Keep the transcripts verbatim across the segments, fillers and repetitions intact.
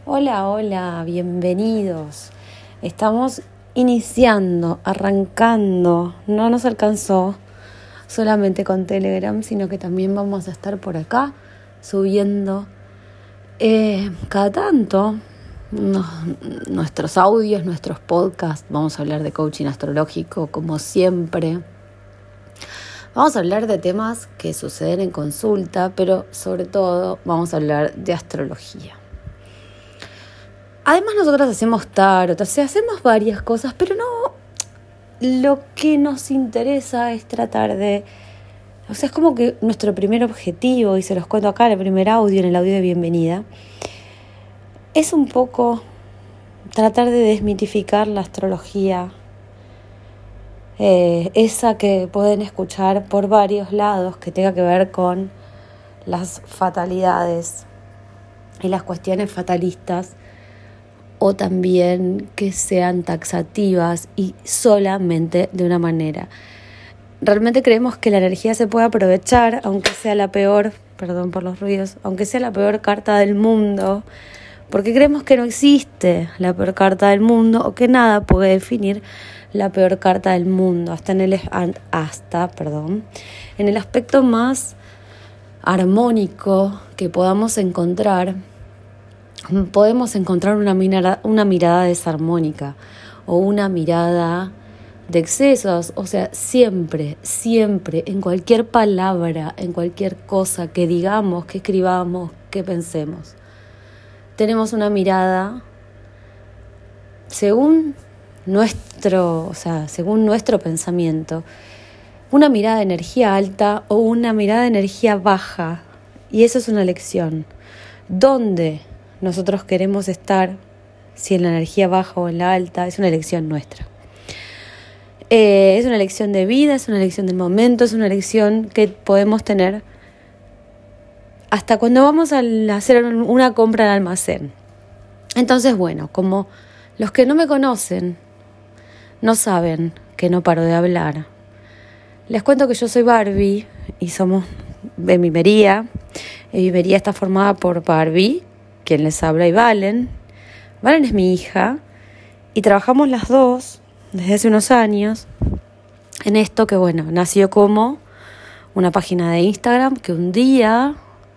Hola, hola, bienvenidos. Estamos iniciando, arrancando. No nos alcanzó solamente con Telegram, sino que también vamos a estar por acá subiendo eh, cada tanto no, nuestros audios, nuestros podcasts. Vamos a hablar de coaching astrológico como siempre. Vamos a hablar de temas que suceden en consulta, pero sobre todo vamos a hablar de astrología. Además nosotros hacemos tarot, o sea, hacemos varias cosas, pero no, lo que nos interesa es tratar de, o sea, es como que nuestro primer objetivo, y se los cuento acá en el primer audio, en el audio de bienvenida, es un poco tratar de desmitificar la astrología, eh, esa que pueden escuchar por varios lados, que tenga que ver con las fatalidades y las cuestiones fatalistas, o también que sean taxativas y solamente de una manera. Realmente creemos que la energía se puede aprovechar, aunque sea la peor, perdón por los ruidos, aunque sea la peor carta del mundo, porque creemos que no existe la peor carta del mundo o que nada puede definir la peor carta del mundo, hasta en el hasta, perdón, en el aspecto más armónico que podamos encontrar. Podemos encontrar una mirada, una mirada desarmónica o una mirada de excesos. O sea, siempre, siempre, en cualquier palabra, en cualquier cosa que digamos, que escribamos, que pensemos, tenemos una mirada según nuestro, o sea, según nuestro pensamiento, una mirada de energía alta o una mirada de energía baja. Y eso es una elección. ¿Dónde nosotros queremos estar, si en la energía baja o en la alta? Es una elección nuestra. Eh, es una elección de vida, es una elección del momento, es una elección que podemos tener hasta cuando vamos a hacer una compra al almacén. Entonces, bueno, como los que no me conocen no saben que no paro de hablar, les cuento que yo soy Barbie y somos de Mimería. Mimería está formada por Barbie, quien les habla, y Valen. Valen es mi hija y trabajamos las dos desde hace unos años en esto que, bueno, nació como una página de Instagram que un día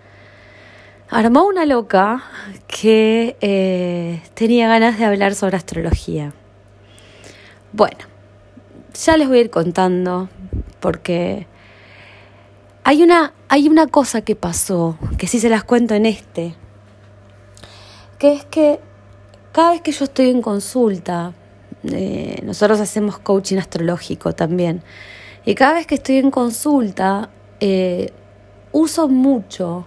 armó una loca que eh, tenía ganas de hablar sobre astrología. Bueno, ya les voy a ir contando porque hay una, hay una cosa que pasó, que sí se las cuento en este, que es que cada vez que yo estoy en consulta, eh, nosotros hacemos coaching astrológico también, y cada vez que estoy en consulta eh, uso mucho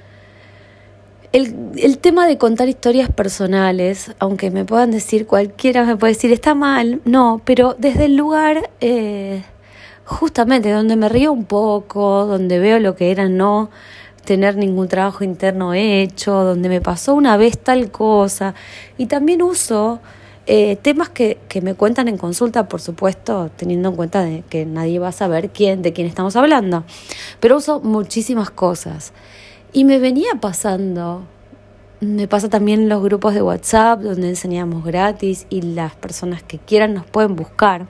el, el tema de contar historias personales, aunque me puedan decir, cualquiera me puede decir, está mal, no, pero desde el lugar eh, justamente donde me río un poco, donde veo lo que era no tener ningún trabajo interno hecho, donde me pasó una vez tal cosa, y también uso eh, temas que, que me cuentan en consulta, por supuesto, teniendo en cuenta de que nadie va a saber quién, de quién estamos hablando, pero uso muchísimas cosas, y me venía pasando, me pasa también en los grupos de WhatsApp, donde enseñamos gratis, y las personas que quieran nos pueden buscar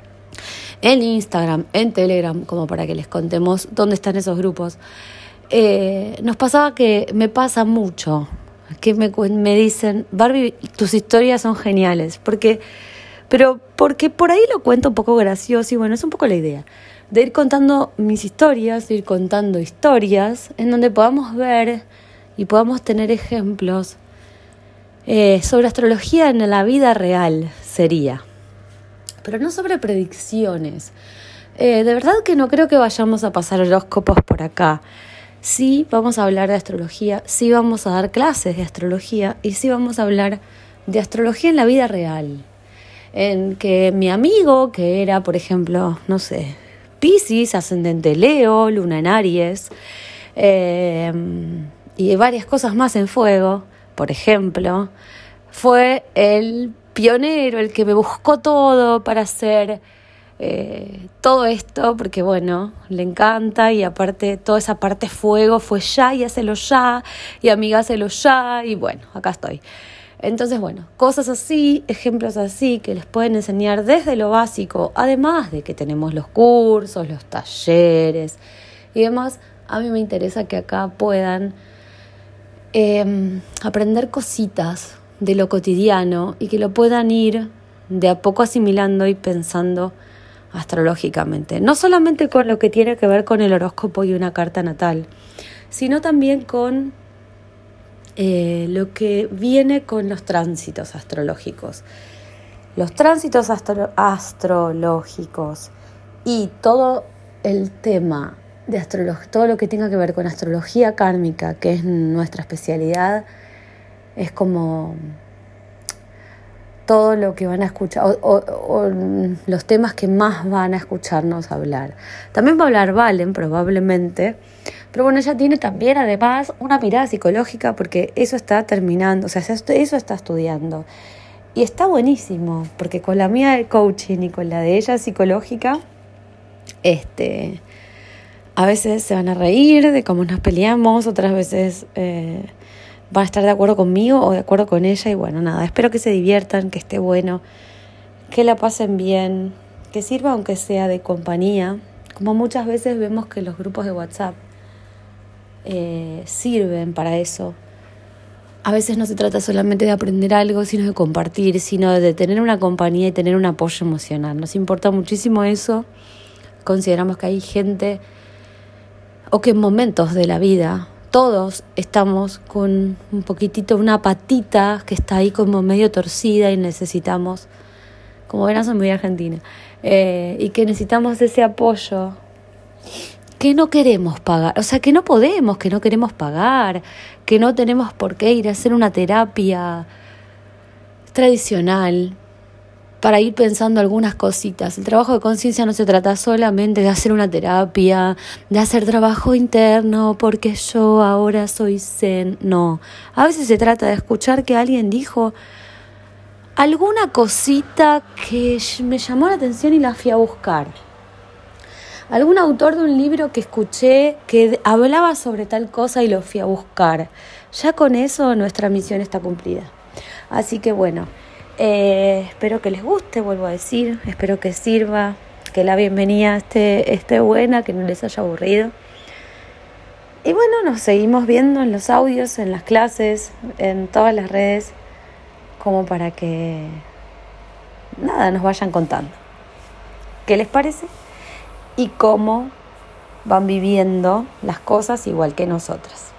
en Instagram, en Telegram, como para que les contemos dónde están esos grupos. Eh, nos pasaba que me pasa mucho, que me, me dicen, Barbie, tus historias son geniales, porque, pero porque por ahí lo cuento un poco gracioso, y bueno, es un poco la idea, de ir contando mis historias, de ir contando historias, en donde podamos ver y podamos tener ejemplos eh, sobre astrología en la vida real, sería, pero no sobre predicciones. Eh, de verdad que no creo que vayamos a pasar horóscopos por acá. Sí vamos a hablar de astrología, sí vamos a dar clases de astrología y sí vamos a hablar de astrología en la vida real. En que mi amigo, que era, por ejemplo, no sé, Piscis, ascendente Leo, luna en Aries, eh, y varias cosas más en fuego, por ejemplo, fue el pionero, el que me buscó todo para hacer eh, todo esto, porque bueno, le encanta, y aparte toda esa parte fuego fue ya, y hacelo ya, y amiga, hacelo ya, y bueno, acá estoy. Entonces, bueno, cosas así, ejemplos así que les pueden enseñar desde lo básico, además de que tenemos los cursos, los talleres y demás. A mí me interesa que acá puedan eh, aprender cositas de lo cotidiano y que lo puedan ir de a poco asimilando y pensando astrológicamente. No solamente con lo que tiene que ver con el horóscopo y una carta natal, sino también con eh, lo que viene con los tránsitos astrológicos. Los tránsitos astro- astrológicos y todo el tema de astrología, todo lo que tenga que ver con astrología kármica, que es nuestra especialidad, es como todo lo que van a escuchar, o, o, o los temas que más van a escucharnos hablar. También va a hablar Valen, probablemente, pero bueno, ella tiene también además una mirada psicológica, porque eso está terminando, o sea, eso está estudiando. Y está buenísimo, porque con la mía de coaching y con la de ella psicológica, este, a veces se van a reír de cómo nos peleamos, otras veces eh, van a estar de acuerdo conmigo o de acuerdo con ella. Y bueno, nada, espero que se diviertan, que esté bueno, que la pasen bien, que sirva aunque sea de compañía. Como muchas veces vemos que los grupos de WhatsApp eh, sirven para eso. A veces no se trata solamente de aprender algo, sino de compartir, sino de tener una compañía y tener un apoyo emocional. Nos importa muchísimo eso. Consideramos que hay gente, o que en momentos de la vida todos estamos con un poquitito, una patita que está ahí como medio torcida y necesitamos, como verán, soy muy argentina, eh, y que necesitamos ese apoyo que no queremos pagar, o sea, que no podemos, que no queremos pagar, que no tenemos por qué ir a hacer una terapia tradicional para ir pensando algunas cositas. El trabajo de conciencia no se trata solamente de hacer una terapia, de hacer trabajo interno, porque yo ahora soy zen. No, a veces se trata de escuchar que alguien dijo alguna cosita que me llamó la atención y la fui a buscar. Algún autor de un libro que escuché que hablaba sobre tal cosa y lo fui a buscar. Ya con eso nuestra misión está cumplida. Así que bueno, eh, espero que les guste, vuelvo a decir, espero que sirva, que la bienvenida esté, esté buena, que no les haya aburrido. Y bueno, nos seguimos viendo en los audios, en las clases, en todas las redes, como para que nada, nos vayan contando qué les parece y cómo van viviendo las cosas igual que nosotras.